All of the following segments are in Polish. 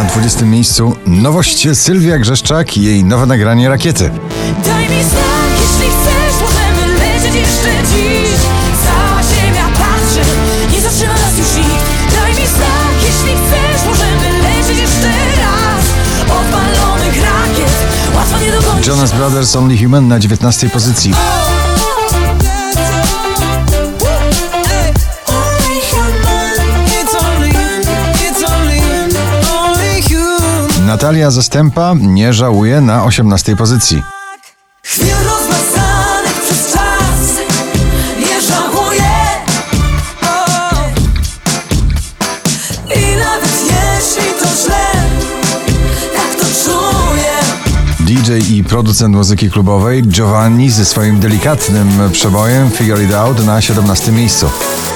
20. miejscu nowość Sylwia Grzeszczak i jej nowe nagranie Rakiety. Daj mi znak, jeśli chcesz, możemy lecieć jeszcze dziś. Cała ziemia patrzy, nie zatrzyma nas już nikt. Daj mi znak, jeśli chcesz, możemy lecieć jeszcze raz. Odpalonych rakiet, łatwo nie dogonić. Jonas Brothers Only Human na 19. pozycji. Natalia Zastępa nie żałuje na 18. pozycji. Chwil rozmazanych przez czas, nie żałuję. I nawet jeśli to źle, tak to czuję. DJ i producent muzyki klubowej Giovanni ze swoim delikatnym przebojem Figure It Out na 17. miejscu.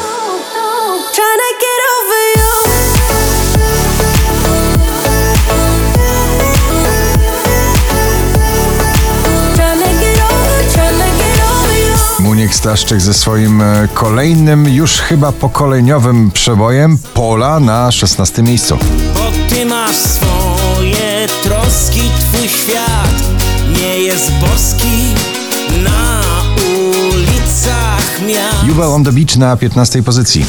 Muniek Staszczyk ze swoim kolejnym, już chyba pokoleniowym przebojem Pola na 16. miejscu. Bo ty masz swoje troski, twój świat nie jest boski. Na ulicach miast Jubel on the Beach na 15. pozycji.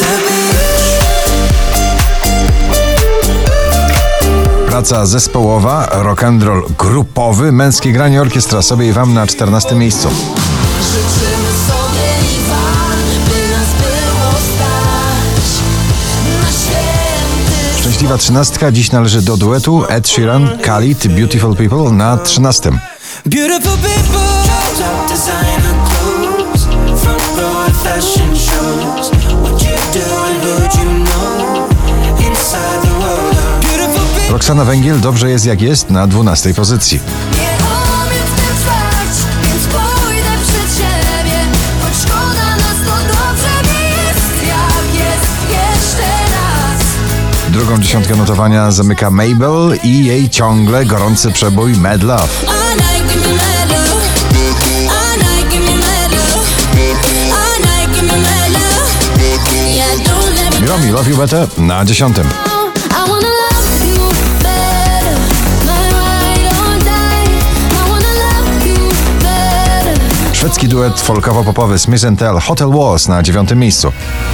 Praca zespołowa, rock and roll grupowy, męskie granie orkiestra sobie i wam na 14. miejscu. Życzymy sobie i wam, by nas było stać na święty. Szczęśliwa 13 dziś należy do duetu Ed Sheeran, Khalid, Beautiful People na 13. Beautiful people, designer clothes, front row fashion shows. What you doing, who you know, inside the world. Beautiful people. Roxana Węgiel, Dobrze jest jak jest na 12. pozycji. Nie umiem w tym trwać, więc pójdę przed siebie. Choć szkoda nas, to dobrze mi jest, jak jest jeszcze raz. Drugą dziesiątkę notowania zamyka Mabel i jej ciągle gorący przebój Mad Love. Gromi Love You Better na 10. Szwedzki duet folkowo-popowy Smith & Tell Hotel Walls na 9. miejscu.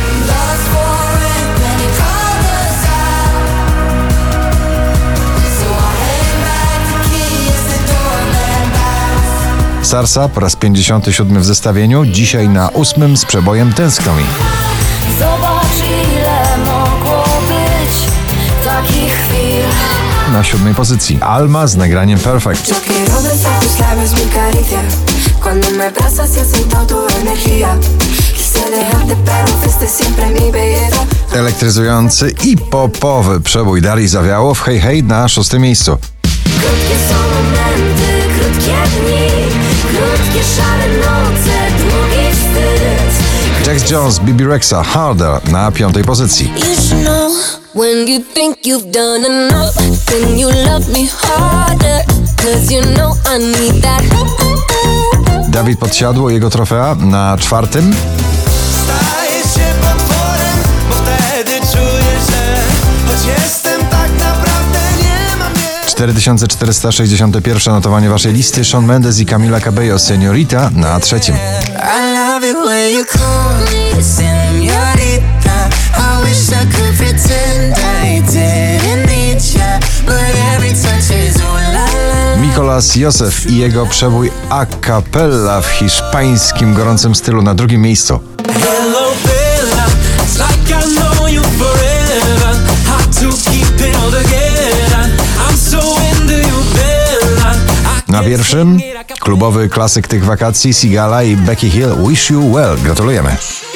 Sarsa po raz 57 w zestawieniu, dzisiaj na 8 z przebojem Tęskno mi. Zobacz, ile mogło być takich chwil. Na 7. pozycji Alma z nagraniem Perfect. Yo quiero besar tus labios, mi caricia. Cuando me abrazas y siento tu energía. Quise dejarte, pero fuiste siempre mi belleza. Elektryzujący i popowy przebój Darii Zawiałow Hej Hej na 6. miejscu. Krótkie są momenty, krótkie dni, krótkie szare noce, długi wstyd. Jax Jones, Bibi Rexa Harder na 5. pozycji. You should know, when you think you've done enough, then you love me harder, 'cause you know I need that. Dawid Podsiadło, jego trofea na 4. Staję się potworem, bo wtedy czuję, że choć jestem tak naprawdę nie mam mnie. 4461 notowanie waszej listy Shawn Mendes i Camila Cabello Señorita na 3. I love it when you call me señorita. I wish I could pretend I didn't need ya, but every touch is ooh la la. Mikolas Józef i jego przebój a cappella w hiszpańskim gorącym stylu na 2. miejscu. Hello Bella, it's like I know you forever. Hard to keep it all together. I'm so into you, Bella. Na 1 klubowy klasyk tych wakacji Sigala i Becky Hill Wish You Well. Gratulujemy.